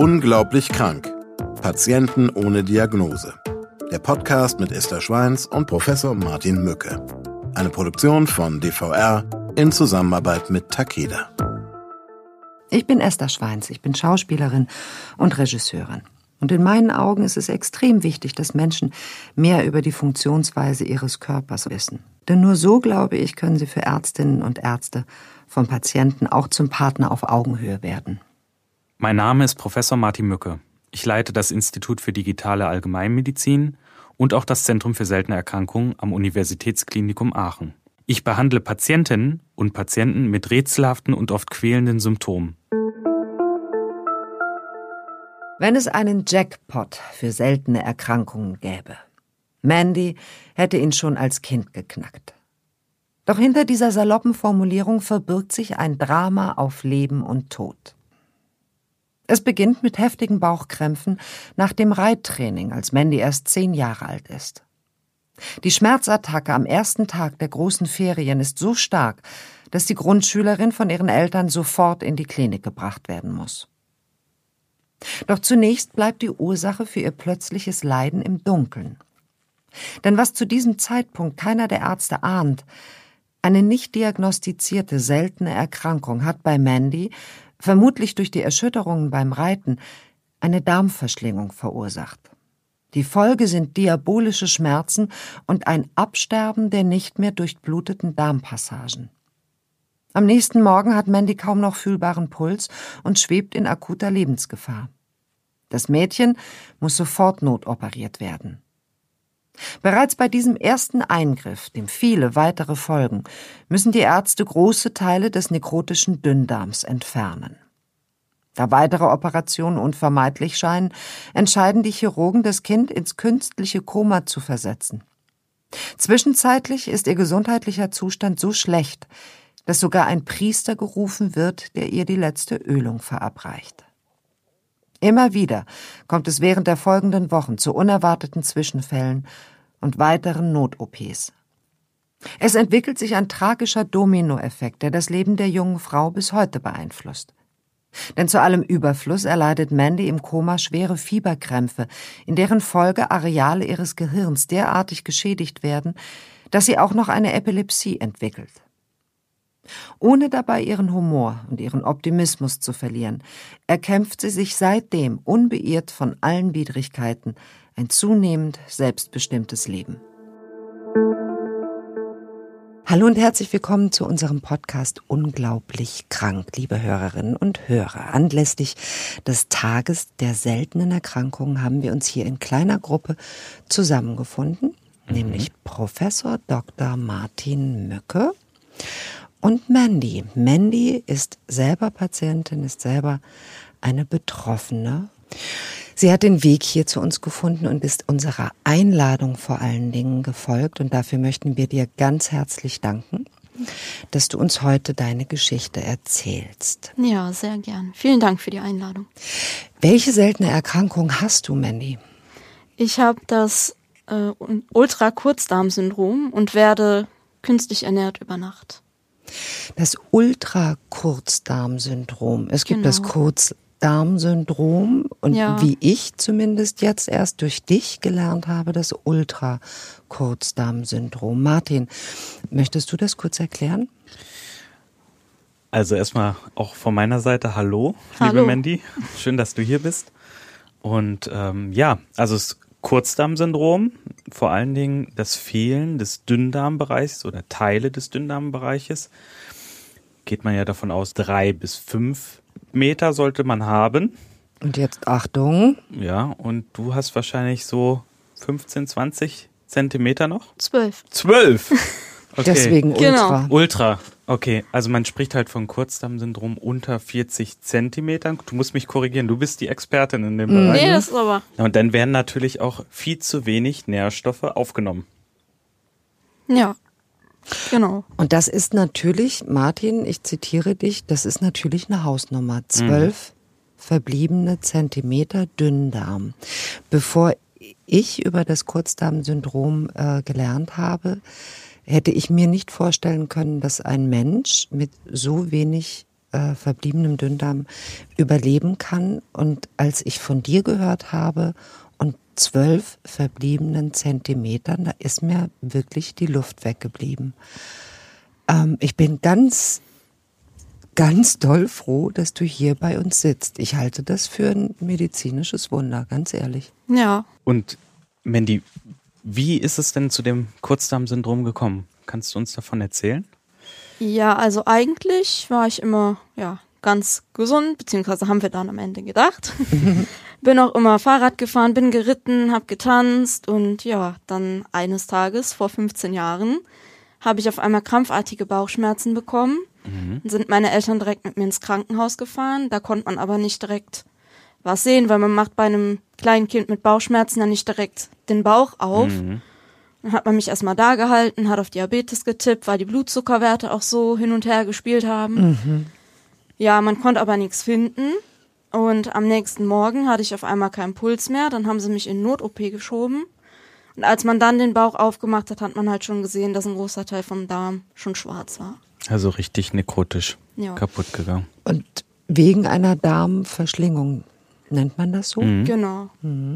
Unglaublich krank. Patienten ohne Diagnose. Der Podcast mit Esther Schweins und Professor Martin Mücke. Eine Produktion von DVR in Zusammenarbeit mit Takeda. Ich bin Esther Schweins, ich bin Schauspielerin und Regisseurin. Und in meinen Augen ist es extrem wichtig, dass Menschen mehr über die Funktionsweise ihres Körpers wissen. Denn nur so, glaube ich, können sie für Ärztinnen und Ärzte von Patienten auch zum Partner auf Augenhöhe werden. Mein Name ist Professor Martin Mücke. Ich leite das Institut für digitale Allgemeinmedizin und auch das Zentrum für seltene Erkrankungen am Universitätsklinikum Aachen. Ich behandle Patientinnen und Patienten mit rätselhaften und oft quälenden Symptomen. Wenn es einen Jackpot für seltene Erkrankungen gäbe, Mandy hätte ihn schon als Kind geknackt. Doch hinter dieser saloppen Formulierung verbirgt sich ein Drama auf Leben und Tod. Es beginnt mit heftigen Bauchkrämpfen nach dem Reittraining, als Mandy erst 10 Jahre alt ist. Die Schmerzattacke am ersten Tag der großen Ferien ist so stark, dass die Grundschülerin von ihren Eltern sofort in die Klinik gebracht werden muss. Doch zunächst bleibt die Ursache für ihr plötzliches Leiden im Dunkeln. Denn was zu diesem Zeitpunkt keiner der Ärzte ahnt, eine nicht diagnostizierte seltene Erkrankung hat bei Mandy, vermutlich durch die Erschütterungen beim Reiten, eine Darmverschlingung verursacht. Die Folge sind diabolische Schmerzen und ein Absterben der nicht mehr durchbluteten Darmpassagen. Am nächsten Morgen hat Mandy kaum noch fühlbaren Puls und schwebt in akuter Lebensgefahr. Das Mädchen muss sofort notoperiert werden. Bereits bei diesem ersten Eingriff, dem viele weitere folgen, müssen die Ärzte große Teile des nekrotischen Dünndarms entfernen. Da weitere Operationen unvermeidlich scheinen, entscheiden die Chirurgen, das Kind ins künstliche Koma zu versetzen. Zwischenzeitlich ist ihr gesundheitlicher Zustand so schlecht, dass sogar ein Priester gerufen wird, der ihr die letzte Ölung verabreicht. Immer wieder kommt es während der folgenden Wochen zu unerwarteten Zwischenfällen und weiteren Not-OPs. Es entwickelt sich ein tragischer Dominoeffekt, der das Leben der jungen Frau bis heute beeinflusst. Denn zu allem Überfluss erleidet Mandy im Koma schwere Fieberkrämpfe, in deren Folge Areale ihres Gehirns derartig geschädigt werden, dass sie auch noch eine Epilepsie entwickelt. Ohne dabei ihren Humor und ihren Optimismus zu verlieren, erkämpft sie sich seitdem unbeirrt von allen Widrigkeiten ein zunehmend selbstbestimmtes Leben. Hallo und herzlich willkommen zu unserem Podcast Unglaublich krank, liebe Hörerinnen und Hörer. Anlässlich des Tages der seltenen Erkrankungen haben wir uns hier in kleiner Gruppe zusammengefunden, nämlich Professor Dr. Martin Mücke und Mandy. Mandy ist selber Patientin, ist selber eine Betroffene. Sie hat den Weg hier zu uns gefunden und ist unserer Einladung vor allen Dingen gefolgt. Und dafür möchten wir dir ganz herzlich danken, dass du uns heute deine Geschichte erzählst. Ja, sehr gern. Vielen Dank für die Einladung. Welche seltene Erkrankung hast du, Mandy? Ich habe das Ultrakurzdarmsyndrom und werde künstlich ernährt über Nacht. Das Ultrakurzdarmsyndrom. Es gibt das Kurzdarmsyndrom und wie ich zumindest jetzt erst durch dich gelernt habe, das Ultrakurzdarmsyndrom. Martin, möchtest du das kurz erklären? Also erstmal auch von meiner Seite Hallo, liebe Mandy. Schön, dass du hier bist. Und also das Kurzdarmsyndrom, vor allen Dingen das Fehlen des Dünndarmbereichs oder Teile des Dünndarmbereiches, geht man ja davon aus, 3 bis 5 Meter sollte man haben. Und jetzt Achtung. Ja, und du hast wahrscheinlich so 15, 20 Zentimeter noch? 12. 12? Okay. Deswegen Ultra. Genau. Ultra. Okay, also man spricht halt von Kurzdarmsyndrom unter 40 Zentimetern. Du musst mich korrigieren, du bist die Expertin in dem Bereich. Nee, das ist aber... Und dann werden natürlich auch viel zu wenig Nährstoffe aufgenommen. Ja, genau. Und das ist natürlich, Martin, ich zitiere dich, das ist natürlich eine Hausnummer. 12 verbliebene Zentimeter Dünndarm. Bevor ich über das Kurzdarmsyndrom gelernt habe, hätte ich mir nicht vorstellen können, dass ein Mensch mit so wenig verbliebenem Dünndarm überleben kann. Und als ich von dir gehört habe und 12 verbliebenen Zentimetern, da ist mir wirklich die Luft weggeblieben. Ich bin ganz doll froh, dass du hier bei uns sitzt. Ich halte das für ein medizinisches Wunder, ganz ehrlich. Ja. Und Mandy, wie ist es denn zu dem Kurzdarmsyndrom gekommen? Kannst du uns davon erzählen? Ja, also eigentlich war ich immer ganz gesund, beziehungsweise haben wir dann am Ende gedacht. Bin auch immer Fahrrad gefahren, bin geritten, hab getanzt und ja, dann eines Tages vor 15 Jahren habe ich auf einmal krampfartige Bauchschmerzen bekommen. Dann sind meine Eltern direkt mit mir ins Krankenhaus gefahren. Da konnte man aber nicht direkt was sehen, weil man macht bei einem kleinen Kind mit Bauchschmerzen ja nicht direkt den Bauch auf. Dann hat man mich erstmal da gehalten, hat auf Diabetes getippt, weil die Blutzuckerwerte auch so hin und her gespielt haben. Ja, man konnte aber nichts finden. Und am nächsten Morgen hatte ich auf einmal keinen Puls mehr. Dann haben sie mich in Not-OP geschoben. Und als man dann den Bauch aufgemacht hat, hat man halt schon gesehen, dass ein großer Teil vom Darm schon schwarz war. Also richtig nekrotisch kaputt gegangen. Und wegen einer Darmverschlingung, nennt man das so? Genau.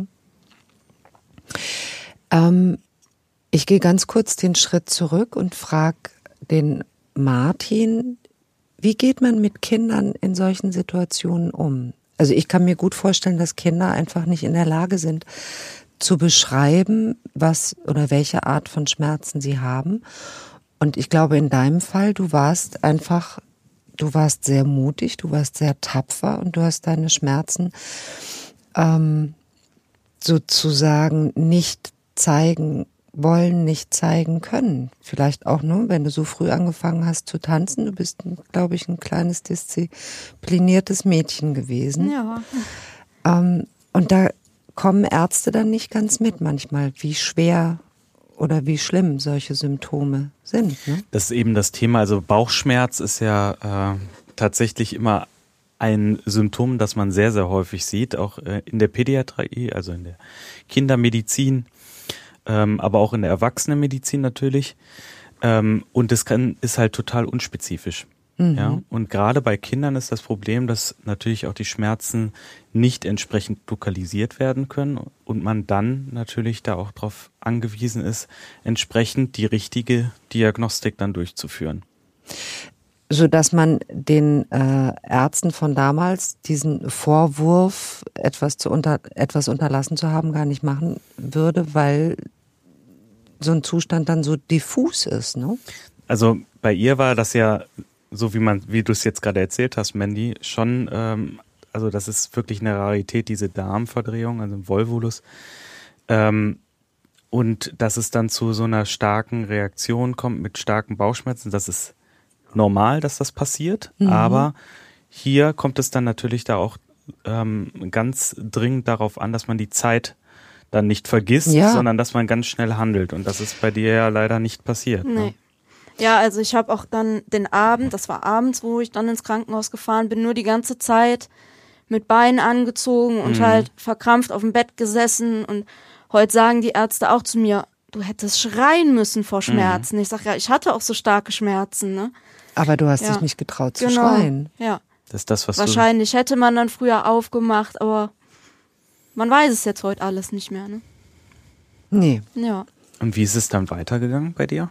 Ich gehe ganz kurz den Schritt zurück und frage den Martin, wie geht man mit Kindern in solchen Situationen um? Also ich kann mir gut vorstellen, dass Kinder einfach nicht in der Lage sind, zu beschreiben, was oder welche Art von Schmerzen sie haben. Und ich glaube, in deinem Fall, du warst sehr mutig, du warst sehr tapfer und du hast deine Schmerzen sozusagen nicht zeigen wollen, nicht zeigen können. Vielleicht auch nur, wenn du so früh angefangen hast zu tanzen. Du bist, glaube ich, ein kleines diszipliniertes Mädchen gewesen. Ja. Und da kommen Ärzte dann nicht ganz mit manchmal, wie schwer oder wie schlimm solche Symptome sind. Ne? Das ist eben das Thema. Also Bauchschmerz ist ja tatsächlich immer ein Symptom, das man sehr, sehr häufig sieht, auch in der Pädiatrie, also in der Kindermedizin, aber auch in der Erwachsenenmedizin natürlich. Und das ist halt total unspezifisch. Ja? Und gerade bei Kindern ist das Problem, dass natürlich auch die Schmerzen nicht entsprechend lokalisiert werden können und man dann natürlich da auch darauf angewiesen ist, entsprechend die richtige Diagnostik dann durchzuführen. Sodass man den Ärzten von damals diesen Vorwurf, etwas unterlassen zu haben, gar nicht machen würde, weil so ein Zustand dann so diffus ist, ne? Also bei ihr war das ja, so wie du es jetzt gerade erzählt hast, Mandy, schon, also das ist wirklich eine Rarität, diese Darmverdrehung, also ein Volvulus. Und dass es dann zu so einer starken Reaktion kommt mit starken Bauchschmerzen, das ist normal, dass das passiert, aber hier kommt es dann natürlich da auch ganz dringend darauf an, dass man die Zeit dann nicht vergisst, sondern dass man ganz schnell handelt. Und das ist bei dir ja leider nicht passiert. Nee. Ne? Ja, also ich habe auch dann den Abend, das war abends, wo ich dann ins Krankenhaus gefahren bin, nur die ganze Zeit mit Beinen angezogen und halt verkrampft auf dem Bett gesessen. Und heute sagen die Ärzte auch zu mir, du hättest schreien müssen vor Schmerzen. Ich sage, ja, ich hatte auch so starke Schmerzen, ne? Aber du hast dich nicht getraut zu schreien. Ja. Das ist das, was wahrscheinlich hätte man dann früher aufgemacht, aber man weiß es jetzt heute alles nicht mehr, ne? Nee. Ja. Und wie ist es dann weitergegangen bei dir?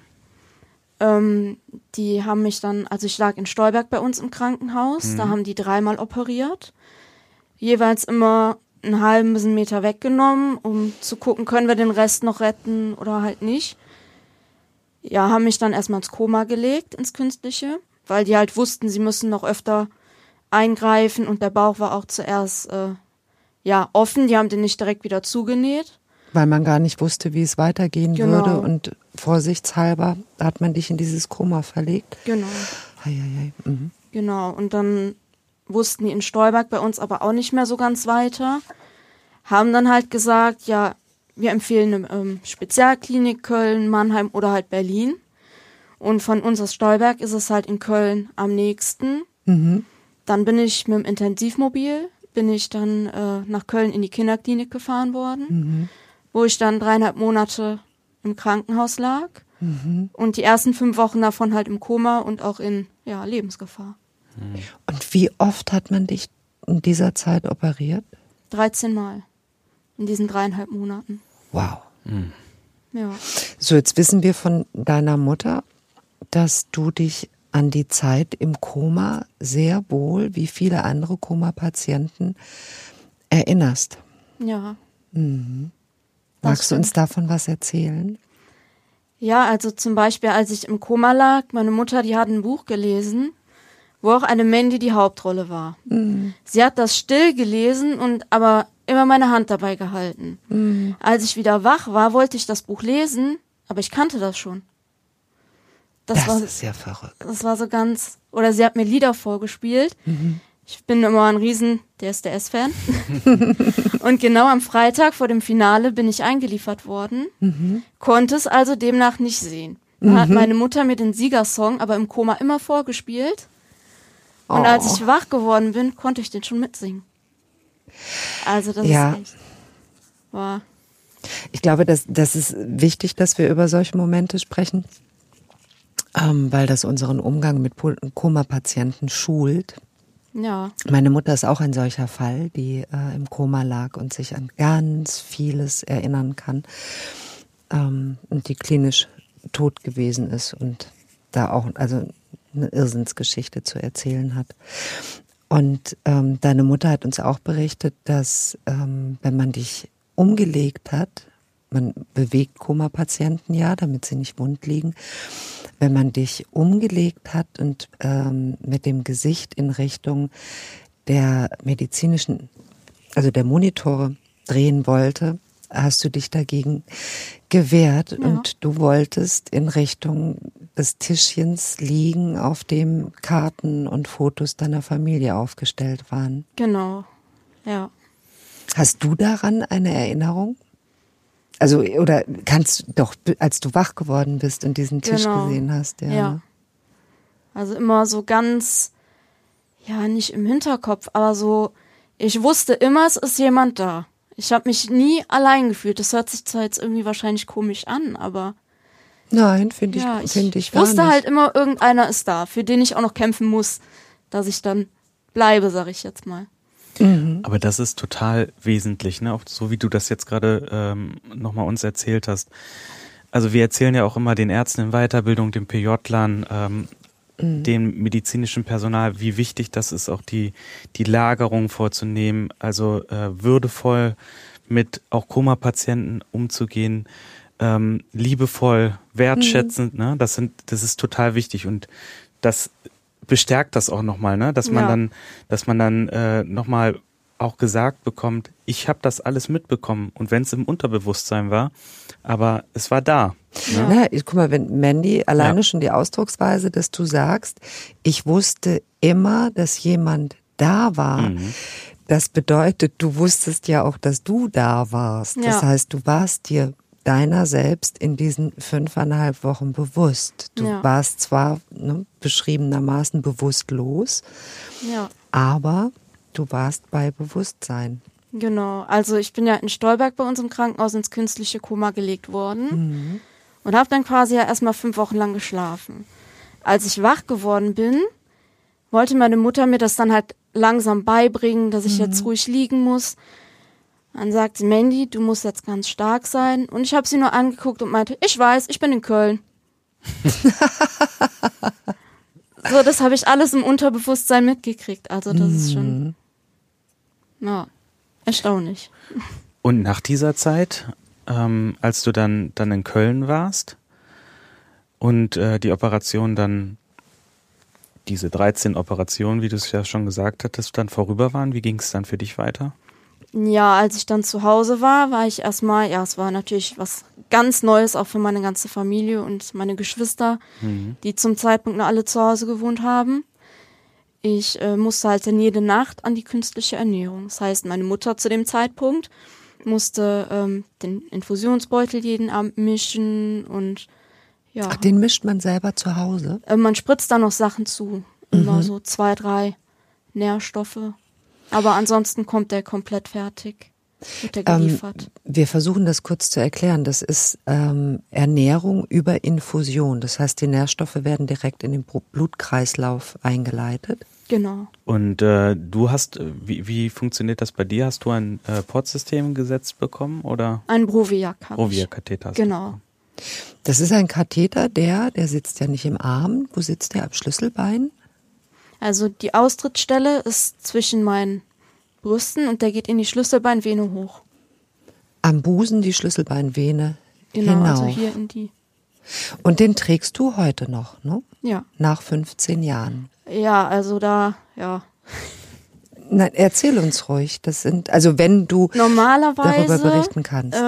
Die haben mich dann, also ich lag in Stolberg bei uns im Krankenhaus, da haben die 3-mal operiert, jeweils immer einen halben Meter weggenommen, um zu gucken, können wir den Rest noch retten oder halt nicht. Ja, haben mich dann erstmal ins Koma gelegt, ins Künstliche, weil die halt wussten, sie müssen noch öfter eingreifen und der Bauch war auch zuerst offen, die haben den nicht direkt wieder zugenäht. Weil man gar nicht wusste, wie es weitergehen würde und vorsichtshalber hat man dich in dieses Koma verlegt. Genau. Genau, und dann wussten die in Stolberg bei uns aber auch nicht mehr so ganz weiter. Haben dann halt gesagt, ja, wir empfehlen eine Spezialklinik Köln, Mannheim oder halt Berlin. Und von uns aus Stolberg ist es halt in Köln am nächsten. Dann bin ich mit dem Intensivmobil, nach Köln in die Kinderklinik gefahren worden, wo ich dann 3,5 Monate im Krankenhaus lag und die ersten 5 Wochen davon halt im Koma und auch in Lebensgefahr. Und wie oft hat man dich in dieser Zeit operiert? 13 Mal. In diesen 3,5 Monaten. Wow. Ja. So, jetzt wissen wir von deiner Mutter, dass du dich an die Zeit im Koma sehr wohl, wie viele andere Koma-Patienten, erinnerst. Ja. Magst du uns davon was erzählen? Ja, also zum Beispiel, als ich im Koma lag, meine Mutter, die hat ein Buch gelesen, wo auch eine Mandy die Hauptrolle war. Sie hat das still gelesen und aber immer meine Hand dabei gehalten. Als ich wieder wach war, wollte ich das Buch lesen, aber ich kannte das schon. Das ist ja verrückt. Das war so ganz, oder sie hat mir Lieder vorgespielt. Ich bin immer ein riesen DSDS-Fan. Und genau am Freitag vor dem Finale bin ich eingeliefert worden, konnte es also demnach nicht sehen. Dann hat meine Mutter mir den Siegersong aber im Koma immer vorgespielt. Und als ich wach geworden bin, konnte ich den schon mitsingen. Also das ist echt... Wow. Ich glaube, das ist wichtig, dass wir über solche Momente sprechen, weil das unseren Umgang mit Koma-Patienten schult. Ja. Meine Mutter ist auch ein solcher Fall, die im Koma lag und sich an ganz vieles erinnern kann und die klinisch tot gewesen ist und da auch also eine Irrsinnsgeschichte zu erzählen hat. Und deine Mutter hat uns auch berichtet, dass wenn man dich umgelegt hat, man bewegt Koma-Patienten ja, damit sie nicht wund liegen, wenn man dich umgelegt hat und mit dem Gesicht in Richtung der medizinischen, also der Monitore drehen wollte, hast du dich dagegen gewehrt und du wolltest in Richtung des Tischchens liegen, auf dem Karten und Fotos deiner Familie aufgestellt waren. Genau, ja. Hast du daran eine Erinnerung? Also, oder kannst du doch, als du wach geworden bist und diesen Tisch gesehen hast, ja. Also immer so ganz, ja, nicht im Hinterkopf, aber so, ich wusste immer, es ist jemand da. Ich habe mich nie allein gefühlt. Das hört sich zwar jetzt irgendwie wahrscheinlich komisch an, aber... Nein, finde ich gar nicht. Ich wusste halt immer, irgendeiner ist da, für den ich auch noch kämpfen muss, dass ich dann bleibe, sag ich jetzt mal. Aber das ist total wesentlich, ne? Auch so wie du das jetzt gerade nochmal uns erzählt hast. Also wir erzählen ja auch immer den Ärzten in Weiterbildung, den PJ-Lern, dem medizinischen Personal, wie wichtig das ist, auch die Lagerung vorzunehmen, also würdevoll mit auch Koma-Patienten umzugehen, liebevoll, wertschätzend, ne? Das ist total wichtig und das bestärkt das auch nochmal, ne? Dass man dann nochmal auch gesagt bekommt, ich habe das alles mitbekommen und wenn es im Unterbewusstsein war, aber es war da. Ne? Ja, guck mal, wenn Mandy alleine schon die Ausdrucksweise, dass du sagst, ich wusste immer, dass jemand da war. Das bedeutet, du wusstest ja auch, dass du da warst. Das heißt, du warst dir deiner selbst in diesen 5,5 Wochen bewusst. Du warst zwar beschriebenermaßen bewusstlos, aber du warst bei Bewusstsein. Genau, also ich bin ja in Stolberg bei uns im Krankenhaus ins künstliche Koma gelegt worden und habe dann quasi ja erstmal 5 Wochen lang geschlafen. Als ich wach geworden bin, wollte meine Mutter mir das dann halt langsam beibringen, dass ich jetzt ruhig liegen muss. Dann sagt sie, Mandy, du musst jetzt ganz stark sein. Und ich habe sie nur angeguckt und meinte, ich weiß, ich bin in Köln. So, das habe ich alles im Unterbewusstsein mitgekriegt. Also das ist schon erstaunlich. Und nach dieser Zeit, als du dann in Köln warst und die Operation dann, diese 13 Operationen, wie du es ja schon gesagt hattest, dann vorüber waren, wie ging es dann für dich weiter? Ja, als ich dann zu Hause war ich erstmal, es war natürlich was ganz Neues, auch für meine ganze Familie und meine Geschwister, die zum Zeitpunkt noch alle zu Hause gewohnt haben. Ich musste halt dann jede Nacht an die künstliche Ernährung. Das heißt, meine Mutter zu dem Zeitpunkt musste den Infusionsbeutel jeden Abend mischen und ja. Ach, den mischt man selber zu Hause? Man spritzt da noch Sachen zu, immer so 2, 3 Nährstoffe. Aber ansonsten kommt der komplett fertig, wird der geliefert. Wir versuchen das kurz zu erklären. Das ist Ernährung über Infusion. Das heißt, die Nährstoffe werden direkt in den Blutkreislauf eingeleitet. Genau. Und du hast, wie funktioniert das bei dir? Hast du ein Portsystem gesetzt bekommen oder? Ein Broviac habe ich. Broviac-Katheter hast du Genau. bekommen. Das ist ein Katheter, der sitzt ja nicht im Arm. Wo sitzt der? Am Schlüsselbein? Also die Austrittsstelle ist zwischen meinen Brüsten und der geht in die Schlüsselbeinvene hoch. Am Busen die Schlüsselbeinvene Genau, hinauf. also hier in die. Und den trägst du heute noch, ne? Ja. Nach 15 Jahren. Ja, also ja. Nein, erzähl uns ruhig. Das sind, also wenn du Normalerweise darüber berichten kannst.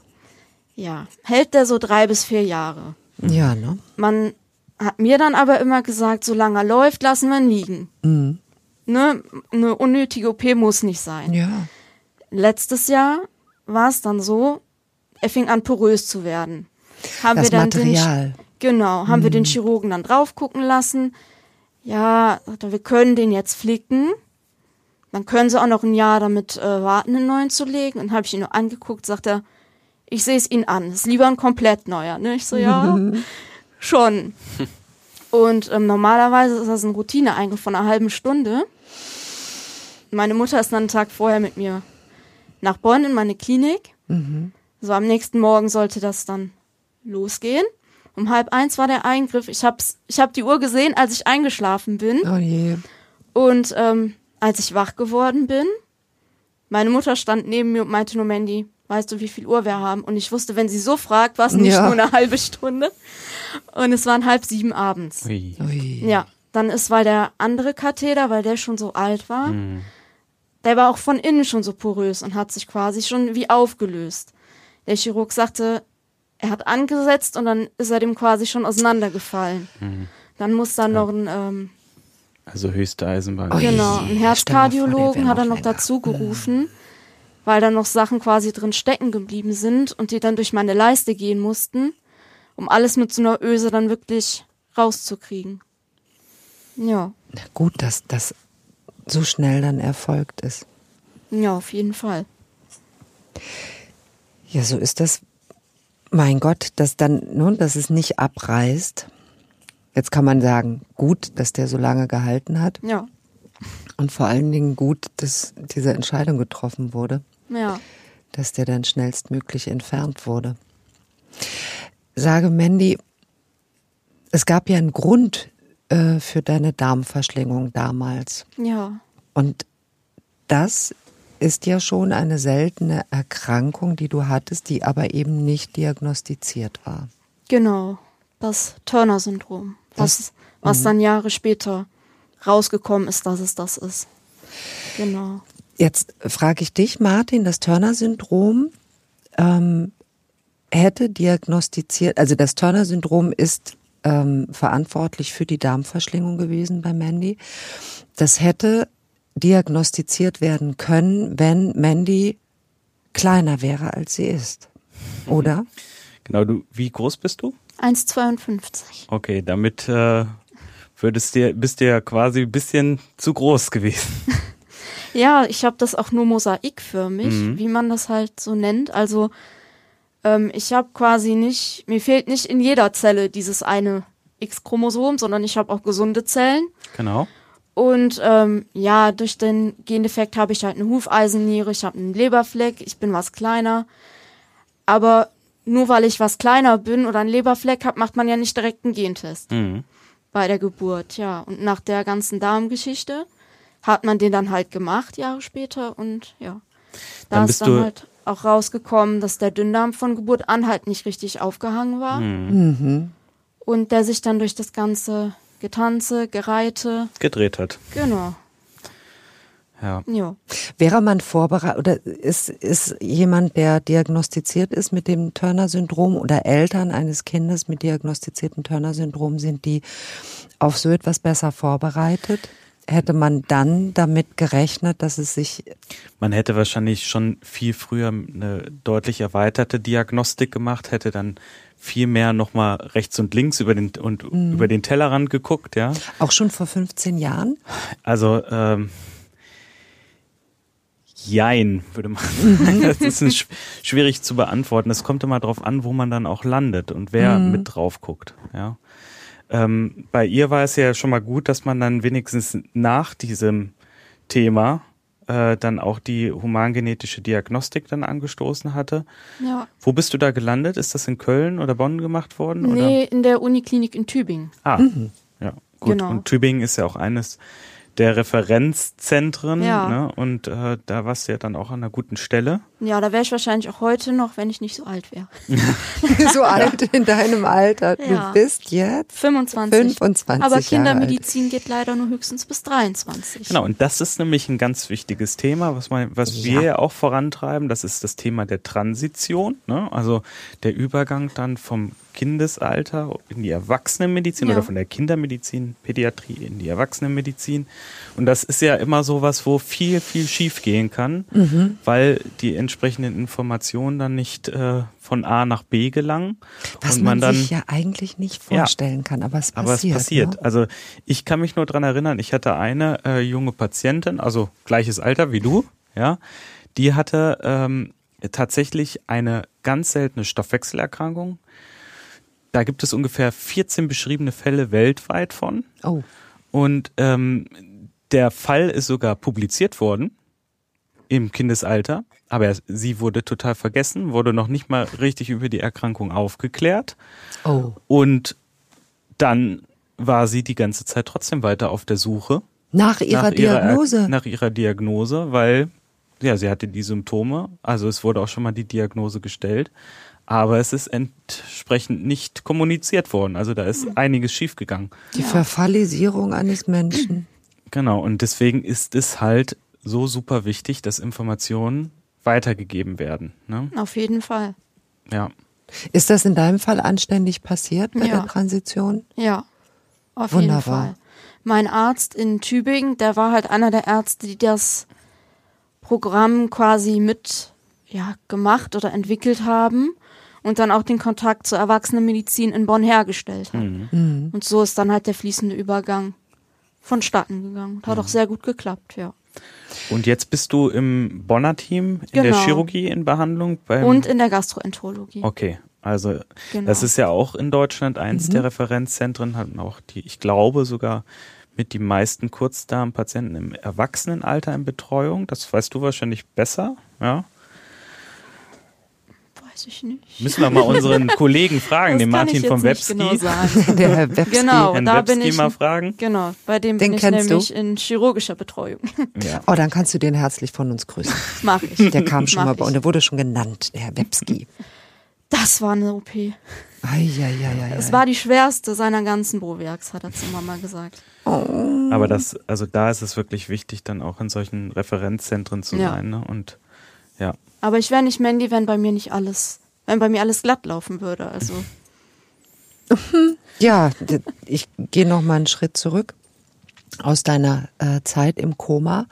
Hält der so 3 bis 4 Jahre. Ja, ne? Man hat mir dann aber immer gesagt, solange er läuft, lassen wir ihn liegen. Mhm. Ne? Eine unnötige OP muss nicht sein. Ja. Letztes Jahr war es dann so, er fing an porös zu werden. Haben Das wir dann Material. haben wir den Chirurgen dann drauf gucken lassen. Ja, sagt er, wir können den jetzt flicken. Dann können sie auch noch ein Jahr damit warten, einen neuen zu legen. Und habe ich ihn nur angeguckt, sagt er, ich sehe es Ihnen an, ist lieber ein komplett neuer. Ne? Ich so, ja, schon. Und normalerweise ist das ein Routineeingriff von einer halben Stunde. Meine Mutter ist dann einen Tag vorher mit mir nach Bonn in meine Klinik. So am nächsten Morgen sollte das dann losgehen. Um 12:30 war der Eingriff. Ich hab die Uhr gesehen, als ich eingeschlafen bin. Oh je. Und als ich wach geworden bin, meine Mutter stand neben mir und meinte nur, Mandy, weißt du, wie viel Uhr wir haben? Und ich wusste, wenn sie so fragt, war es nicht nur eine halbe Stunde. Und es waren 6:30 abends. Ui. Ui. Ja, dann ist, weil der andere Katheter, weil der schon so alt war, der war auch von innen schon so porös und hat sich quasi schon wie aufgelöst. Der Chirurg sagte, er hat angesetzt und dann ist er dem quasi schon auseinandergefallen. Dann muss dann noch ein Also höchste Eisenbahn. Ui. Genau, einen stell dir Herzkardiologen vor, der hat er wär noch noch länger. dazu gerufen, weil da noch Sachen quasi drin stecken geblieben sind und die dann durch meine Leiste gehen mussten, um alles mit so einer Öse dann wirklich rauszukriegen. Ja, Na gut, dass das so schnell dann erfolgt ist. ja, auf jeden Fall. Ja, so ist das. Mein Gott, dass es nicht abreißt. Jetzt kann man sagen, gut, dass der so lange gehalten hat. Ja, Und vor allen Dingen gut, dass diese Entscheidung getroffen wurde, ja. dass der dann schnellstmöglich entfernt wurde. Sage, Mandy, es gab ja einen Grund für deine Darmverschlingung damals. Ja, Und das ist ja schon eine seltene Erkrankung, die du hattest, die aber eben nicht diagnostiziert war. genau. Das Turner-Syndrom, was dann Jahre später rausgekommen ist, dass es das ist. Genau. Jetzt frage ich dich, Martin, das Turner-Syndrom hätte diagnostiziert, also das Turner-Syndrom ist verantwortlich für die Darmverschlingung gewesen bei Mandy. Das hätte diagnostiziert werden können, wenn Mandy kleiner wäre, als sie ist. Oder? Genau, wie groß bist du? 1,52. Okay, damit bist du ja quasi ein bisschen zu groß gewesen. Ja, ich habe das auch nur mosaikförmig, wie man das halt so nennt. Also ich habe quasi mir fehlt nicht in jeder Zelle dieses eine X-Chromosom, sondern ich habe auch gesunde Zellen. Genau. Und durch den Gendefekt habe ich halt eine Hufeisenniere, ich habe einen Leberfleck, ich bin was kleiner. Aber nur weil ich was kleiner bin oder einen Leberfleck habe, macht man ja nicht direkt einen Gentest bei der Geburt. Ja, und nach der ganzen Darmgeschichte hat man den dann halt gemacht, Jahre später. Und ja, da ist dann halt auch rausgekommen, dass der Dünndarm von Geburt an halt nicht richtig aufgehangen war. Und der sich dann durch das ganze Getanze, Gereite gedreht hat. Genau. Ja. Ja. Wäre man vorbereitet, oder ist jemand, der diagnostiziert ist mit dem Turner-Syndrom oder Eltern eines Kindes mit diagnostiziertem Turner-Syndrom, sind die auf so etwas besser vorbereitet? Hätte man dann damit gerechnet, dass es sich... Man hätte wahrscheinlich schon viel früher eine deutlich erweiterte Diagnostik gemacht, hätte dann viel mehr nochmal rechts und links über den Tellerrand geguckt, ja. Auch schon vor 15 Jahren? Also, jein, würde man sagen. Das ist schwierig zu beantworten. Es kommt immer drauf an, wo man dann auch landet und wer mit drauf guckt, ja. Bei ihr war es ja schon mal gut, dass man dann wenigstens nach diesem Thema dann auch die humangenetische Diagnostik dann angestoßen hatte. Ja. Wo bist du da gelandet? Ist das in Köln oder Bonn gemacht worden? Nee, oder? in der Uniklinik in Tübingen. Ja, gut. Genau. Und Tübingen ist ja auch eines der Referenzzentren, Ja. ne? Und da warst du ja dann auch an einer guten Stelle. Ja, da wäre ich wahrscheinlich auch heute noch, wenn ich nicht so alt wäre. So alt in deinem Alter. Ja. Du bist jetzt 25. 25 Aber Jahre Kindermedizin geht leider nur höchstens bis 23. Genau, und das ist nämlich ein ganz wichtiges Thema, was wir ja auch vorantreiben. Das ist das Thema der Transition, ne? Also der Übergang dann vom Kindesalter in die Erwachsenenmedizin oder von der Kindermedizin, Pädiatrie in die Erwachsenenmedizin. Und das ist ja immer sowas, wo viel, viel schief gehen kann, weil die entsprechenden Informationen dann nicht von A nach B gelangen. Was und man dann sich ja eigentlich nicht vorstellen kann, aber es passiert. Aber es passiert. Ne? Also ich kann mich nur dran erinnern, ich hatte eine junge Patientin, also gleiches Alter wie du, ja, die hatte tatsächlich eine ganz seltene Stoffwechselerkrankung. Da gibt es ungefähr 14 beschriebene Fälle weltweit von. Oh. Und der Fall ist sogar publiziert worden im Kindesalter, aber sie wurde total vergessen, wurde noch nicht mal richtig über die Erkrankung aufgeklärt. Oh. Und dann war sie die ganze Zeit trotzdem weiter auf der Suche. Nach ihrer Diagnose? Nach ihrer Diagnose, weil ja, sie hatte die Symptome, also es wurde auch schon mal die Diagnose gestellt, aber es ist entsprechend nicht kommuniziert worden, also da ist einiges schiefgegangen. Die Verfallisierung eines Menschen. Genau, und deswegen ist es halt so super wichtig, dass Informationen weitergegeben werden. Ne? Auf jeden Fall. Ja. Ist das in deinem Fall anständig passiert bei Ja. der Transition? Ja, auf Wunderbar. jeden Fall. Mein Arzt in Tübingen, der war halt einer der Ärzte, die das Programm quasi mit gemacht oder entwickelt haben und dann auch den Kontakt zur Erwachsenenmedizin in Bonn hergestellt hat. Und so ist dann halt der fließende Übergang vonstatten gegangen. Hat auch sehr gut geklappt, ja. Und jetzt bist du im Bonner Team in der Genau. Chirurgie in Behandlung? Und in der Gastroenterologie. Okay, also Genau. das ist ja auch in Deutschland eins der Referenzzentren, hatten auch die, ich glaube sogar mit die meisten Kurzdarmpatienten im Erwachsenenalter in Betreuung. Das weißt du wahrscheinlich besser, ja? Weiß ich nicht. Müssen wir mal unseren Kollegen fragen, Das den kann ich Martin jetzt vom nicht Webski. genau sagen. Der Herr Webski. Genau, Herrn da bin Webski ich. mal fragen. Genau, bei dem Den bin ich kennst nämlich du? in chirurgischer Betreuung. Ja. Oh, dann kannst du den herzlich von uns grüßen. Mach ich. Der kam schon Mach mal bei ich. und der wurde schon genannt, der Herr Webski. Das war eine OP. Eieieiei. Es war die schwerste seiner ganzen Bowerks, hat er zu Mama gesagt. Aber da ist es wirklich wichtig, dann auch in solchen Referenzzentren zu Ja. sein. Ne? Und ja. Aber ich wäre nicht Mandy, wenn bei mir alles glatt laufen würde. Also Ja, ich gehe noch mal einen Schritt zurück aus deiner Zeit im Koma.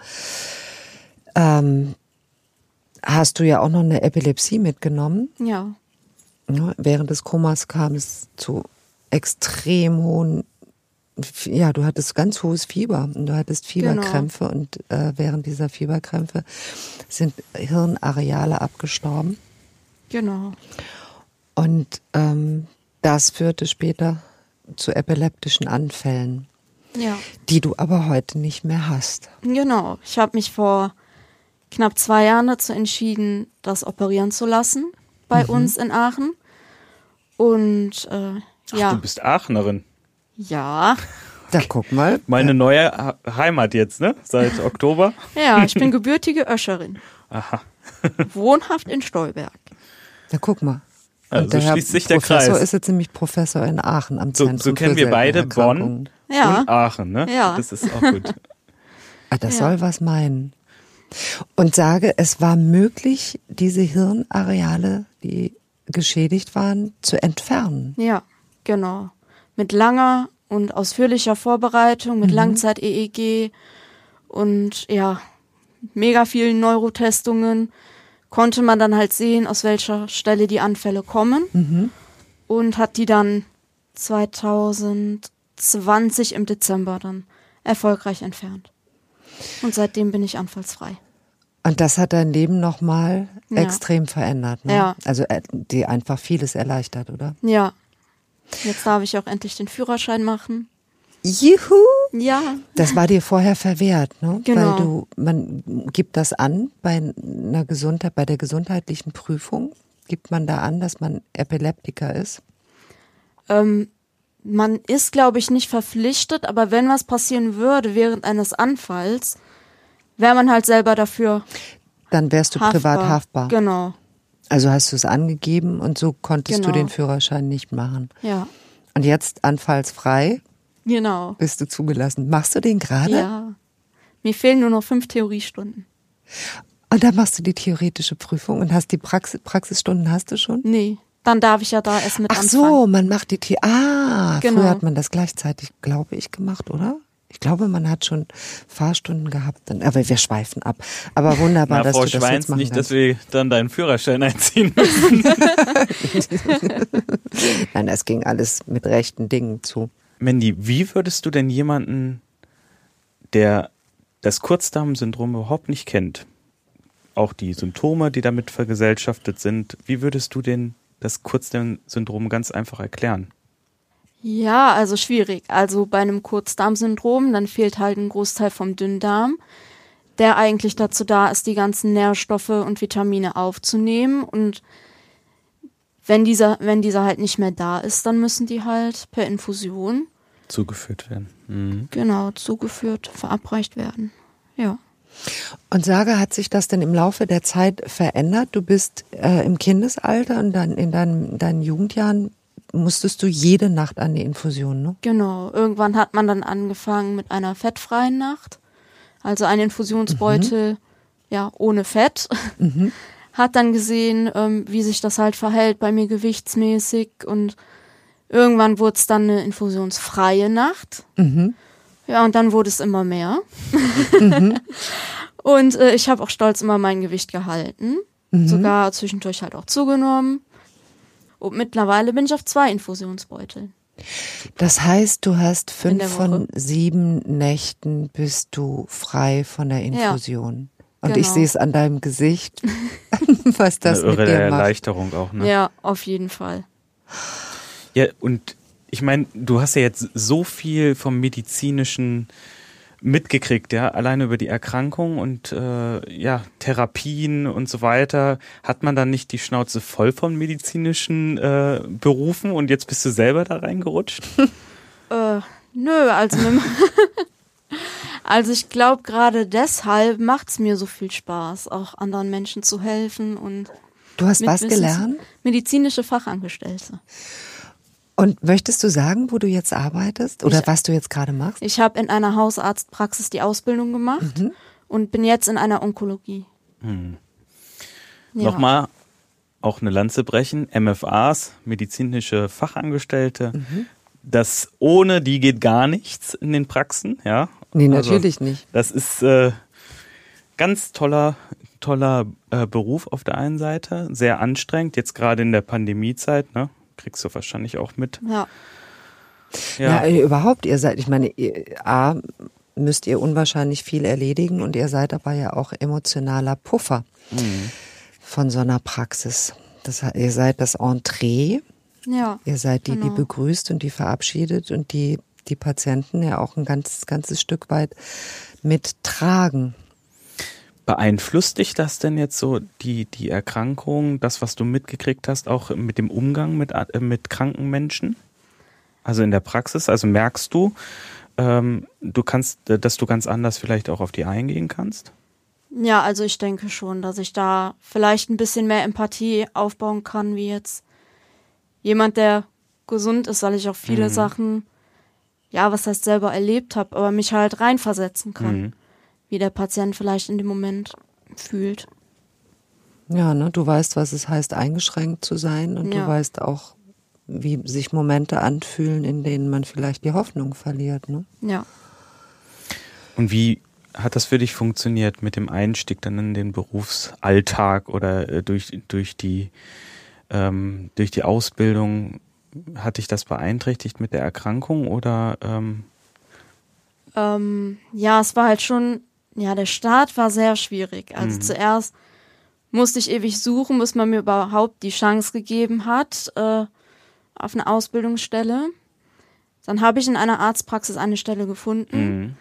Hast du ja auch noch eine Epilepsie mitgenommen. ja, Ja, während des Komas kam es zu extrem hohen, ja, du hattest ganz hohes Fieber und du hattest Fieberkrämpfe und während dieser Fieberkrämpfe sind Hirnareale abgestorben. genau. Und das führte später zu epileptischen Anfällen, Ja, die du aber heute nicht mehr hast. genau. Ich habe mich vor knapp 2 Jahren dazu entschieden, das operieren zu lassen bei uns in Aachen. Und Ach, du bist Aachenerin. ja, Da guck mal. Meine neue Heimat jetzt, ne? Seit Oktober. ja, ich bin gebürtige Öscherin. Aha. Wohnhaft in Stolberg. Da guck mal. Also Und der Herr schließt sich der Professor Kreis. ist jetzt nämlich Professor in Aachen am So Zentrum kennen für wir beide seltene Bonn Erkrankungen. Ja. und Aachen, ne? Ja. Das ist auch gut. Ah, das Ja. soll was meinen. Und sage, es war möglich, diese Hirnareale, die geschädigt waren, zu entfernen. Ja, genau. Mit langer und ausführlicher Vorbereitung, mit Langzeit-EEG und ja, mega vielen Neurotestungen konnte man dann halt sehen, aus welcher Stelle die Anfälle kommen und hat die dann 2020 im Dezember dann erfolgreich entfernt. Und seitdem bin ich anfallsfrei. Und das hat dein Leben nochmal Ja. extrem verändert. Ne? Ja. Also dir einfach vieles erleichtert, oder? Ja, Jetzt darf ich auch endlich den Führerschein machen. Juhu! Ja. Das war dir vorher verwehrt, ne? Genau. Weil man gibt das an bei der gesundheitlichen Prüfung. Gibt man da an, dass man Epileptiker ist? Man ist, glaube ich, nicht verpflichtet, aber wenn was passieren würde während eines Anfalls, wäre man halt selber dafür Dann wärst du privat haftbar. Genau. Also hast du es angegeben und so konntest du Genau. den Führerschein nicht machen. Ja. Und jetzt anfallsfrei Genau. bist du zugelassen. Machst du den gerade? Ja. Mir fehlen nur noch 5 Theoriestunden. Und dann machst du die theoretische Prüfung und hast die Praxisstunden hast du schon? Nee. Dann darf ich ja da erst mit Ach anfangen. so, man macht die Genau. Früher hat man das gleichzeitig, glaube ich, gemacht, oder? Ich glaube, man hat schon Fahrstunden gehabt. Aber wir schweifen ab. Aber wunderbar, dass Frau du das Schweins, jetzt machen nicht, kannst. dass wir dann deinen Führerschein einziehen müssen. Nein, das ging alles mit rechten Dingen zu. Mandy, wie würdest du denn jemanden, der das Kurzdarmsyndrom überhaupt nicht kennt, auch die Symptome, die damit vergesellschaftet sind, wie würdest du denn das Kurzdarmsyndrom ganz einfach erklären? Ja, also schwierig. Also bei einem Kurzdarmsyndrom, dann fehlt halt ein Großteil vom Dünndarm, der eigentlich dazu da ist, die ganzen Nährstoffe und Vitamine aufzunehmen. Und wenn dieser halt nicht mehr da ist, dann müssen die halt per Infusion Zugeführt werden. Mhm. genau zugeführt, verabreicht werden. Ja. Und sage, hat sich das denn im Laufe der Zeit verändert? Du bist im Kindesalter und dann in deinen Jugendjahren musstest du jede Nacht an die Infusion, ne? Genau. Irgendwann hat man dann angefangen mit einer fettfreien Nacht. Also ein Infusionsbeutel, ja, ohne Fett. Hat dann gesehen, wie sich das halt verhält bei mir gewichtsmäßig und irgendwann wurde es dann eine infusionsfreie Nacht. Ja, und dann wurde es immer mehr. Und ich habe auch stolz immer mein Gewicht gehalten. Sogar zwischendurch halt auch zugenommen. Und mittlerweile bin ich auf 2 Infusionsbeuteln. Das heißt, du hast 5 der von Woche. 7 Nächten bist du frei von der Infusion. Und ich genau. sehe es an deinem Gesicht, was das Eine mit irre dir macht. Erleichterung auch, ne? Ja, auf jeden Fall. Ja, und ich meine, du hast ja jetzt so viel vom Medizinischen mitgekriegt, ja, alleine über die Erkrankung und ja, Therapien und so weiter. Hat man dann nicht die Schnauze voll von medizinischen Berufen und jetzt bist du selber da reingerutscht? Nö, also ich glaube, gerade deshalb macht's mir so viel Spaß, auch anderen Menschen zu helfen und Du hast mit was gelernt? Medizinische Fachangestellte. Und möchtest du sagen, wo du jetzt arbeitest oder was du jetzt gerade machst? Ich habe in einer Hausarztpraxis die Ausbildung gemacht und bin jetzt in einer Onkologie. Ja. Nochmal auch eine Lanze brechen, MFAs, medizinische Fachangestellte, das ohne die geht gar nichts in den Praxen, ja. Nee, natürlich nicht. Das ist ganz toller Beruf auf der einen Seite, sehr anstrengend, jetzt gerade in der Pandemiezeit, ne? Kriegst du wahrscheinlich auch mit. Ja. Ja, überhaupt, müsst ihr unwahrscheinlich viel erledigen und ihr seid aber ja auch emotionaler Puffer von so einer Praxis. Das heißt, ihr seid das Entree, Ja. ihr seid die, die genau. begrüßt und die verabschiedet und die Patienten ja auch ein ganzes Stück weit mittragen. Beeinflusst dich das denn jetzt so, die Erkrankung, das, was du mitgekriegt hast, auch mit dem Umgang mit kranken Menschen? Also in der Praxis, also merkst du, dass du ganz anders vielleicht auch auf die eingehen kannst? Ja, also ich denke schon, dass ich da vielleicht ein bisschen mehr Empathie aufbauen kann, wie jetzt jemand, der gesund ist, weil ich auch viele Sachen, ja, was heißt selber erlebt habe, aber mich halt reinversetzen kann, wie der Patient vielleicht in dem Moment fühlt. Ja, ne, du weißt, was es heißt, eingeschränkt zu sein und du weißt auch, wie sich Momente anfühlen, in denen man vielleicht die Hoffnung verliert, ne? Ja. Und wie hat das für dich funktioniert mit dem Einstieg dann in den Berufsalltag oder durch die Ausbildung? Hat dich das beeinträchtigt mit der Erkrankung oder? Ja, es war halt schon, ja, der Start war sehr schwierig. Also zuerst musste ich ewig suchen, bis man mir überhaupt die Chance gegeben hat, auf eine Ausbildungsstelle. Dann habe ich in einer Arztpraxis eine Stelle gefunden.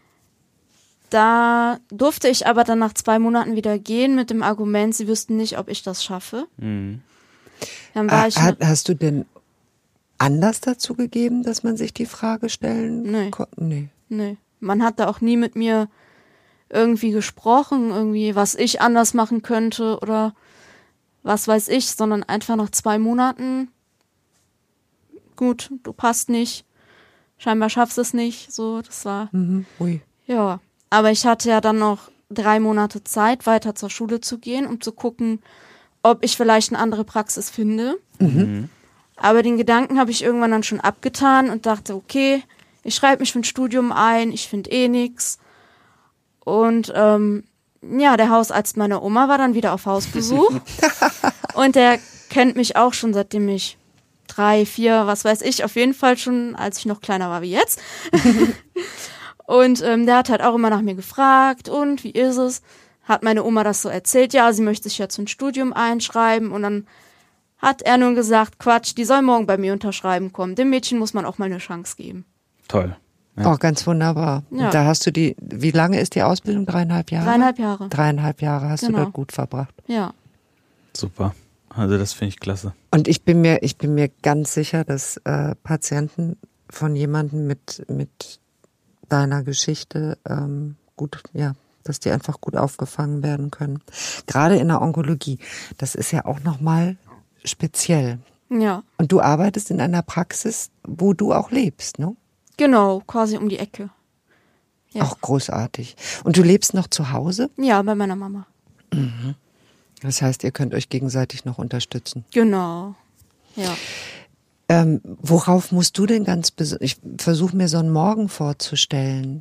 Da durfte ich aber dann nach 2 Monaten wieder gehen mit dem Argument, sie wüssten nicht, ob ich das schaffe. Dann war hast du denn Anlass dazu gegeben, dass man sich die Frage stellen konnte? Nee. Man hat da auch nie mit mir irgendwie gesprochen, irgendwie, was ich anders machen könnte oder was weiß ich, sondern einfach nach 2 Monaten, gut, du passt nicht, scheinbar schaffst du es nicht, so, das war, ja. Aber ich hatte ja dann noch 3 Monate Zeit, weiter zur Schule zu gehen, um zu gucken, ob ich vielleicht eine andere Praxis finde. Aber den Gedanken habe ich irgendwann dann schon abgetan und dachte, okay, ich schreibe mich für ein Studium ein, ich finde eh nix. Und der Hausarzt meiner Oma war dann wieder auf Hausbesuch. Und der kennt mich auch schon, seitdem ich 3, 4, was weiß ich, auf jeden Fall schon, als ich noch kleiner war wie jetzt. Und der hat halt auch immer nach mir gefragt, und wie ist es? Hat meine Oma das so erzählt, ja, sie möchte sich jetzt ein Studium einschreiben, und dann hat er nun gesagt, Quatsch, die soll morgen bei mir unterschreiben kommen. Dem Mädchen muss man auch mal eine Chance geben. Toll. Ja. Oh, ganz wunderbar. Ja. Und da hast du wie lange ist die Ausbildung? 3,5 Jahre? 3,5 Jahre. 3,5 Jahre hast du dort gut verbracht. Ja. Super. Also das finde ich klasse. Und ich bin mir ganz sicher, dass Patienten von jemandem mit deiner Geschichte dass die einfach gut aufgefangen werden können. Gerade in der Onkologie. Das ist ja auch nochmal speziell. Ja. Und du arbeitest in einer Praxis, wo du auch lebst, ne? Genau, quasi um die Ecke. Ja. Auch großartig. Und du lebst noch zu Hause? Ja, bei meiner Mama. Das heißt, ihr könnt euch gegenseitig noch unterstützen. Genau. Ja. Worauf musst du denn ich versuche mir so einen Morgen vorzustellen,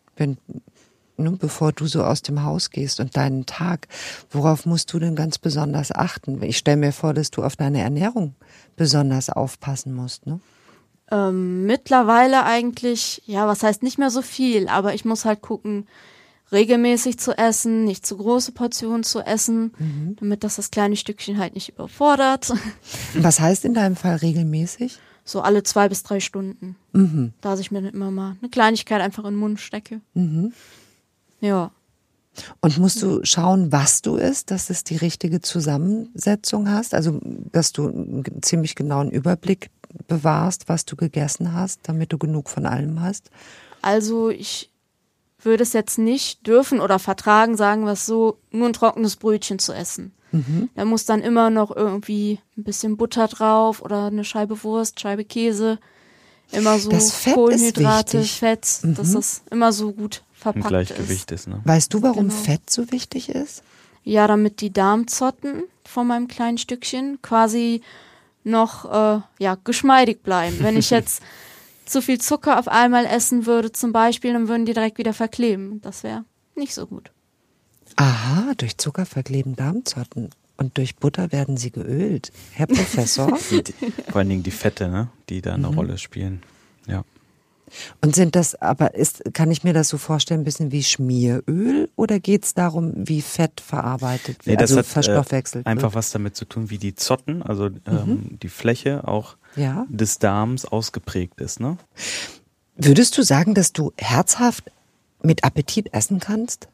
bevor du so aus dem Haus gehst und deinen Tag. Worauf musst du denn ganz besonders achten? Ich stelle mir vor, dass du auf deine Ernährung besonders aufpassen musst, ne? Mittlerweile eigentlich, ja, was heißt nicht mehr so viel, aber ich muss halt gucken, regelmäßig zu essen, nicht zu große Portionen zu essen, damit das kleine Stückchen halt nicht überfordert. Was heißt in deinem Fall regelmäßig? So alle 2 bis 3 Stunden. Dass ich mir dann immer mal eine Kleinigkeit einfach in den Mund stecke. Ja. Und musst du schauen, was du isst, dass es die richtige Zusammensetzung hast? Also, dass du einen ziemlich genauen Überblick bewahrst, was du gegessen hast, damit du genug von allem hast? Also, ich würde es jetzt nicht dürfen oder vertragen, sagen wir es so, nur ein trockenes Brötchen zu essen. Da muss dann immer noch irgendwie ein bisschen Butter drauf oder eine Scheibe Wurst, Scheibe Käse. Immer so das Fett Kohlenhydrate, ist wichtig. Fett, dass das immer so gut verpackt Ein Gleichgewicht ist, ne? Weißt du, warum Genau. Fett so wichtig ist? Ja, damit die Darmzotten von meinem kleinen Stückchen quasi noch geschmeidig bleiben. Wenn ich jetzt zu viel Zucker auf einmal essen würde zum Beispiel, dann würden die direkt wieder verkleben. Das wäre nicht so gut. Aha, durch Zucker verkleben Darmzotten. Und durch Butter werden sie geölt. Herr Professor? Vor allen Dingen die Fette, ne? Die da eine Rolle spielen. Ja. Und sind das kann ich mir das so vorstellen, ein bisschen wie Schmieröl, oder geht es darum, wie Fett verarbeitet wird, das hat verstoffwechselt einfach wird? was damit zu tun, wie die Zotten, also die Fläche auch Ja. des Darms ausgeprägt ist, ne? Würdest du sagen, dass du herzhaft mit Appetit essen kannst?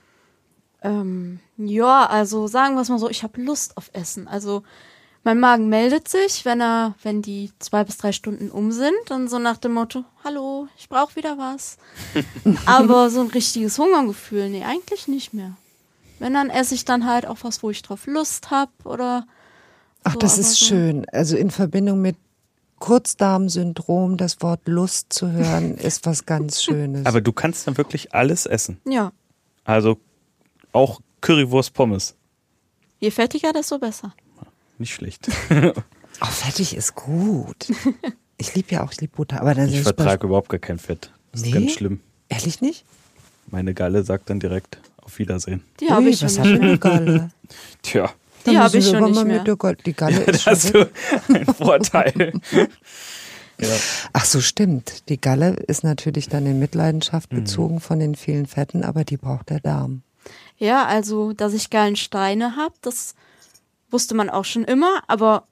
Ja, also sagen wir es mal so, ich habe Lust auf Essen. Also mein Magen meldet sich, wenn die 2 bis 3 Stunden um sind, dann so nach dem Motto, hallo, ich brauche wieder was. Aber so ein richtiges Hungergefühl, nee, eigentlich nicht mehr. Wenn, dann esse ich dann halt auch was, wo ich drauf Lust habe oder Ach, so, das aber ist so. schön. Also in Verbindung mit Kurzdarmsyndrom, das Wort Lust zu hören, ist was ganz Schönes. Aber du kannst dann wirklich alles essen. Ja, Also auch Currywurst Pommes. je fettiger, desto besser. Nicht schlecht. Oh, fettig ist gut. Ich liebe Butter. Aber dann Ich ist vertrage überhaupt gar kein Fett. Das Nee? ist ganz schlimm. Ehrlich nicht? Meine Galle sagt dann direkt auf Wiedersehen. Die habe Ui, ich schon was nicht hat denn mehr. die Galle? Tja, Die Dann habe ich müssen wir schon aber nicht mal mehr. mit der Galle. Die Galle da ist schon hast weg. du einen Vorteil. Ja. Ach so, stimmt. Die Galle ist natürlich dann in Mitleidenschaft gezogen von den vielen Fetten, aber die braucht der Darm. Ja, also, dass ich Gallensteine habe, das wusste man auch schon immer, aber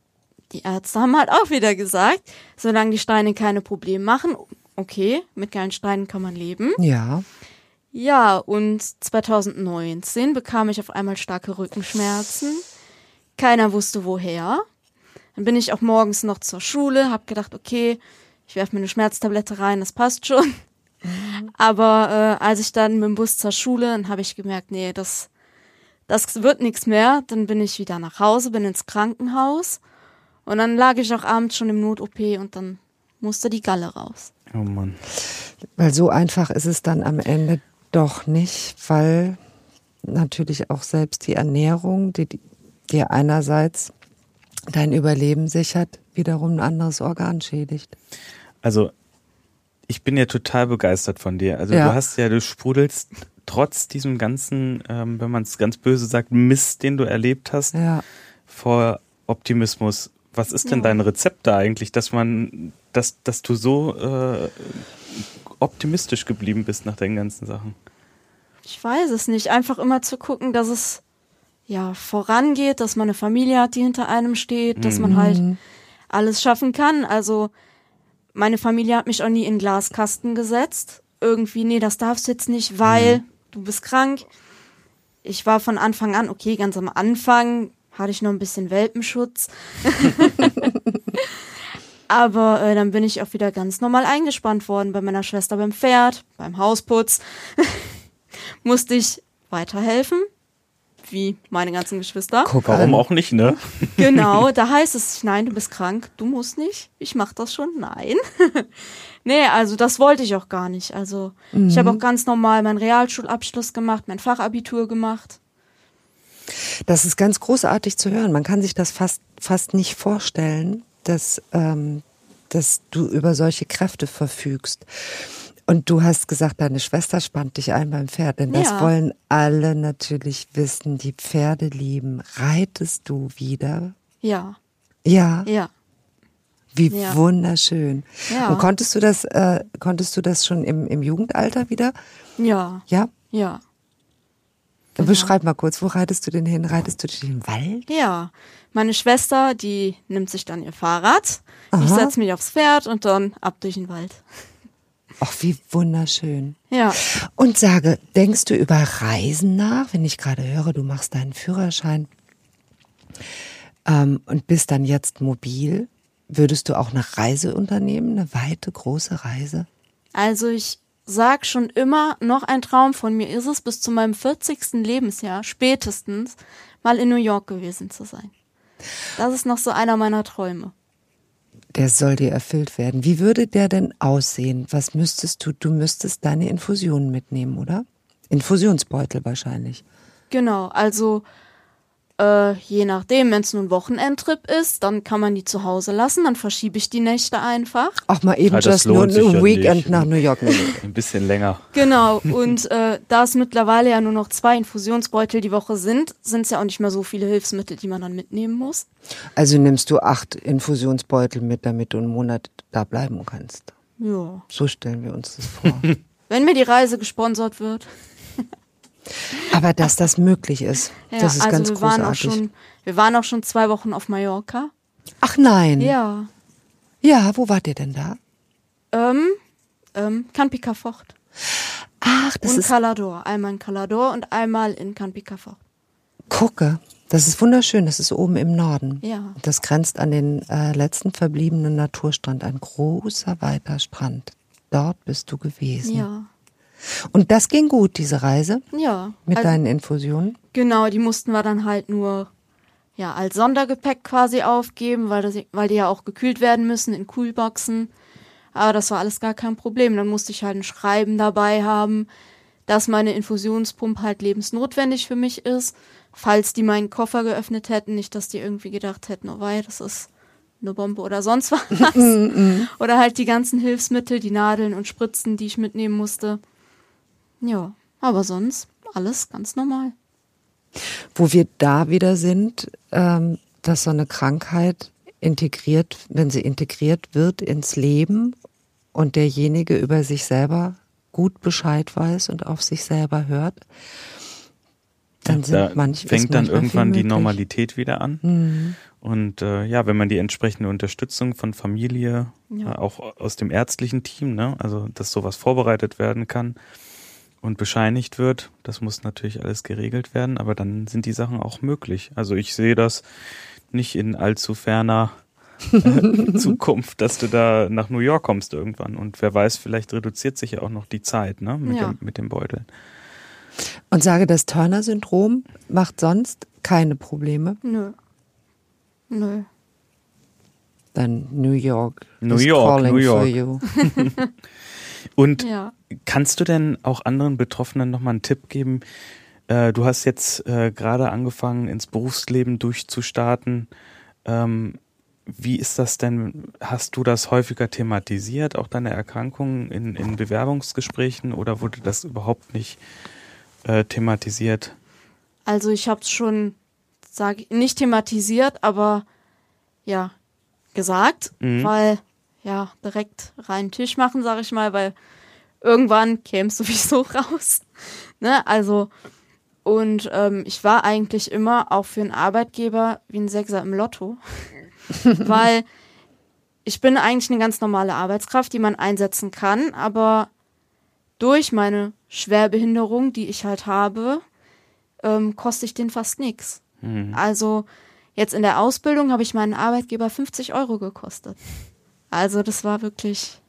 die Ärzte haben halt auch wieder gesagt, solange die Steine keine Probleme machen, okay, mit keinen Steinen kann man leben. Ja. Ja, und 2019 bekam ich auf einmal starke Rückenschmerzen. Keiner wusste woher. Dann bin ich auch morgens noch zur Schule, habe gedacht, okay, ich werfe mir eine Schmerztablette rein, das passt schon. Aber als ich dann mit dem Bus zur Schule, dann habe ich gemerkt, nee, das wird nichts mehr. Dann bin ich wieder nach Hause, bin ins Krankenhaus und dann lag ich auch abends schon im Not-OP und dann musste die Galle raus. Oh Mann. Weil so einfach ist es dann am Ende doch nicht, weil natürlich auch selbst die Ernährung, die dir einerseits dein Überleben sichert, wiederum ein anderes Organ schädigt. Also ich bin ja total begeistert von dir. Also du sprudelst trotz diesem ganzen, wenn man es ganz böse sagt, Mist, den du erlebt hast, vor Optimismus. Was ist denn dein Rezept da eigentlich, dass du so optimistisch geblieben bist nach den ganzen Sachen? Ich weiß es nicht. Einfach immer zu gucken, dass es vorangeht, dass man eine Familie hat, die hinter einem steht, dass man halt alles schaffen kann. Also meine Familie hat mich auch nie in den Glaskasten gesetzt. Irgendwie, nee, das darfst du jetzt nicht, weil du bist krank. Ich war von Anfang an, okay, ganz am Anfang hatte ich noch ein bisschen Welpenschutz. Aber dann bin ich auch wieder ganz normal eingespannt worden bei meiner Schwester beim Pferd, beim Hausputz. Musste ich weiterhelfen, wie meine ganzen Geschwister. Warum auch nicht, ne? Genau, da heißt es, nein, du bist krank, du musst nicht, ich mach das schon, nein. Nee, also das wollte ich auch gar nicht. Also ich habe auch ganz normal meinen Realschulabschluss gemacht, mein Fachabitur gemacht. Das ist ganz großartig zu hören. Man kann sich das fast nicht vorstellen, dass du über solche Kräfte verfügst. Und du hast gesagt, deine Schwester spannt dich ein beim Pferd, denn das wollen alle natürlich wissen, die Pferde lieben. Reitest du wieder? Ja. Ja? Ja. Wie wunderschön. Ja. Und konntest du das schon im Jugendalter wieder? Ja. Ja? Ja. Genau. Beschreib mal kurz, wo reitest du denn hin? Reitest du durch den Wald? Ja. Meine Schwester, die nimmt sich dann ihr Fahrrad. Aha. Ich setze mich aufs Pferd und dann ab durch den Wald. Ach, wie wunderschön. Ja. Und sage, denkst du über Reisen nach? Wenn ich gerade höre, du machst deinen Führerschein und bist dann jetzt mobil, würdest du auch eine Reise unternehmen, eine weite, große Reise? Also ich sag schon immer, noch ein Traum von mir ist es, bis zu meinem 40. Lebensjahr spätestens mal in New York gewesen zu sein. Das ist noch so einer meiner Träume. Der soll dir erfüllt werden. Wie würde der denn aussehen? Was müsstest du? Du müsstest deine Infusionen mitnehmen, oder? Infusionsbeutel wahrscheinlich. Genau, also je nachdem, wenn es nun ein Wochenendtrip ist, dann kann man die zu Hause lassen, dann verschiebe ich die Nächte einfach. Ach mal eben, just nur ein Weekend nach New York. Ein bisschen länger. Genau, und da es mittlerweile ja nur noch 2 Infusionsbeutel die Woche sind es ja auch nicht mehr so viele Hilfsmittel, die man dann mitnehmen muss. Also nimmst du 8 Infusionsbeutel mit, damit du einen Monat da bleiben kannst. Ja. So stellen wir uns das vor. Wenn mir die Reise gesponsert wird. Aber dass das möglich ist, ja, das ist also ganz großartig. Wir waren auch schon 2 Wochen auf Mallorca. Ach nein. Ja. Ja, wo wart ihr denn da? Can Picafort. Ach, das und ist... Calador. Einmal in Calador und einmal in Can Picafort. Gucke, das ist wunderschön. Das ist oben im Norden. Ja. Das grenzt an den letzten verbliebenen Naturstrand. Ein großer, weiter Strand. Dort bist du gewesen. Ja. Und das ging gut, diese Reise? Ja. Mit deinen Infusionen? Genau, die mussten wir dann halt nur als Sondergepäck quasi aufgeben, weil die ja auch gekühlt werden müssen in Kühlboxen. Aber das war alles gar kein Problem. Dann musste ich halt ein Schreiben dabei haben, dass meine Infusionspumpe halt lebensnotwendig für mich ist. Falls die meinen Koffer geöffnet hätten, nicht, dass die irgendwie gedacht hätten, oh wei, das ist eine Bombe oder sonst was. Oder halt die ganzen Hilfsmittel, die Nadeln und Spritzen, die ich mitnehmen musste. Ja, aber sonst alles ganz normal. Wo wir da wieder sind, dass so eine Krankheit wenn sie integriert wird ins Leben und derjenige über sich selber gut Bescheid weiß und auf sich selber hört, Dann fängt dann irgendwann die Normalität wieder an. Mhm. Und wenn man die entsprechende Unterstützung von Familie, auch aus dem ärztlichen Team, ne, also dass sowas vorbereitet werden kann und bescheinigt wird, das muss natürlich alles geregelt werden, aber dann sind die Sachen auch möglich. Also ich sehe das nicht in allzu ferner Zukunft, dass du da nach New York kommst irgendwann. Und wer weiß, vielleicht reduziert sich ja auch noch die Zeit, ne, mit dem Beuteln. Und sage, das Turner-Syndrom macht sonst keine Probleme? Nö. Dann New York is calling for you. Und kannst du denn auch anderen Betroffenen nochmal einen Tipp geben? Du hast jetzt gerade angefangen, ins Berufsleben durchzustarten. Wie ist das denn? Hast du das häufiger thematisiert, auch deine Erkrankungen in Bewerbungsgesprächen, oder wurde das überhaupt nicht thematisiert? Also ich habe es schon, nicht thematisiert, aber gesagt, weil direkt reinen Tisch machen, sage ich mal, weil irgendwann käme es sowieso raus. Ne? Also und ich war eigentlich immer auch für einen Arbeitgeber wie ein Sechser im Lotto, weil ich bin eigentlich eine ganz normale Arbeitskraft, die man einsetzen kann, aber durch meine Schwerbehinderung, die ich halt habe, koste ich den fast nichts. Also jetzt in der Ausbildung habe ich meinen Arbeitgeber 50 € gekostet. Also das war wirklich,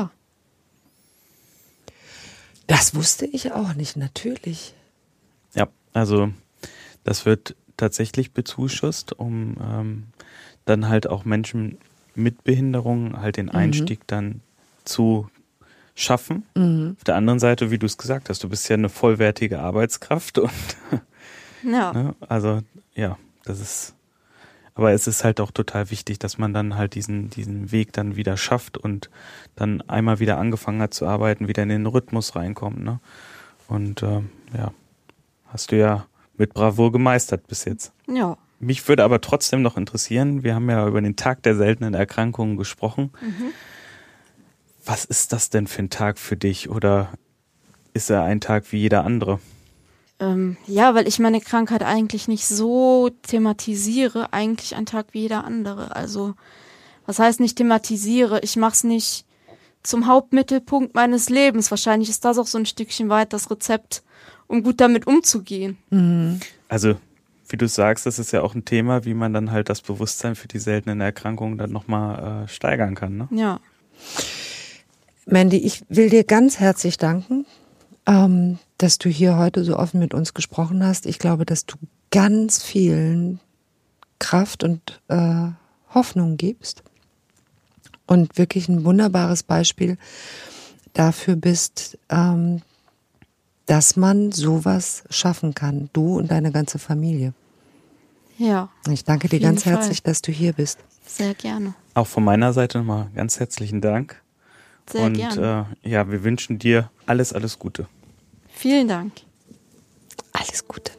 Das wusste ich auch nicht, natürlich. Ja, also das wird tatsächlich bezuschusst, um dann halt auch Menschen mit Behinderungen halt den Einstieg dann zu schaffen. Auf der anderen Seite, wie du es gesagt hast, du bist ja eine vollwertige Arbeitskraft und ne, also das ist, aber es ist halt auch total wichtig, dass man dann halt diesen Weg dann wieder schafft und dann einmal wieder angefangen hat zu arbeiten, wieder in den Rhythmus reinkommt, ne? Und hast du ja mit Bravour gemeistert bis jetzt. Ja. Mich würde aber trotzdem noch interessieren, wir haben ja über den Tag der seltenen Erkrankungen gesprochen. Was ist das denn für ein Tag für dich, oder ist er ein Tag wie jeder andere? Weil ich meine Krankheit eigentlich nicht so thematisiere, eigentlich ein Tag wie jeder andere. Also, was heißt nicht thematisiere? Ich mache es nicht zum Hauptmittelpunkt meines Lebens. Wahrscheinlich ist das auch so ein Stückchen weit das Rezept, um gut damit umzugehen. Also, wie du sagst, das ist ja auch ein Thema, wie man dann halt das Bewusstsein für die seltenen Erkrankungen dann nochmal steigern kann, ne? Ja. Mandy, ich will dir ganz herzlich danken, dass du hier heute so offen mit uns gesprochen hast. Ich glaube, dass du ganz vielen Kraft und Hoffnung gibst und wirklich ein wunderbares Beispiel dafür bist, dass man sowas schaffen kann, du und deine ganze Familie. Ja. Ich danke dir ganz herzlich, dass du hier bist. Sehr gerne. Auch von meiner Seite nochmal ganz herzlichen Dank. Sehr gerne. Und wir wünschen dir alles Gute. Vielen Dank. Alles Gute.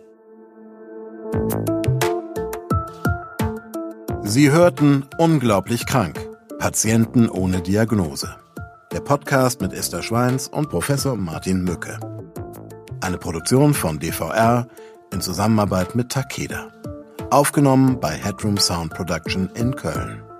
Sie hörten Unglaublich krank. Patienten ohne Diagnose. Der Podcast mit Esther Schweins und Professor Martin Mücke. Eine Produktion von DVR in Zusammenarbeit mit Takeda. Aufgenommen bei Headroom Sound Production in Köln.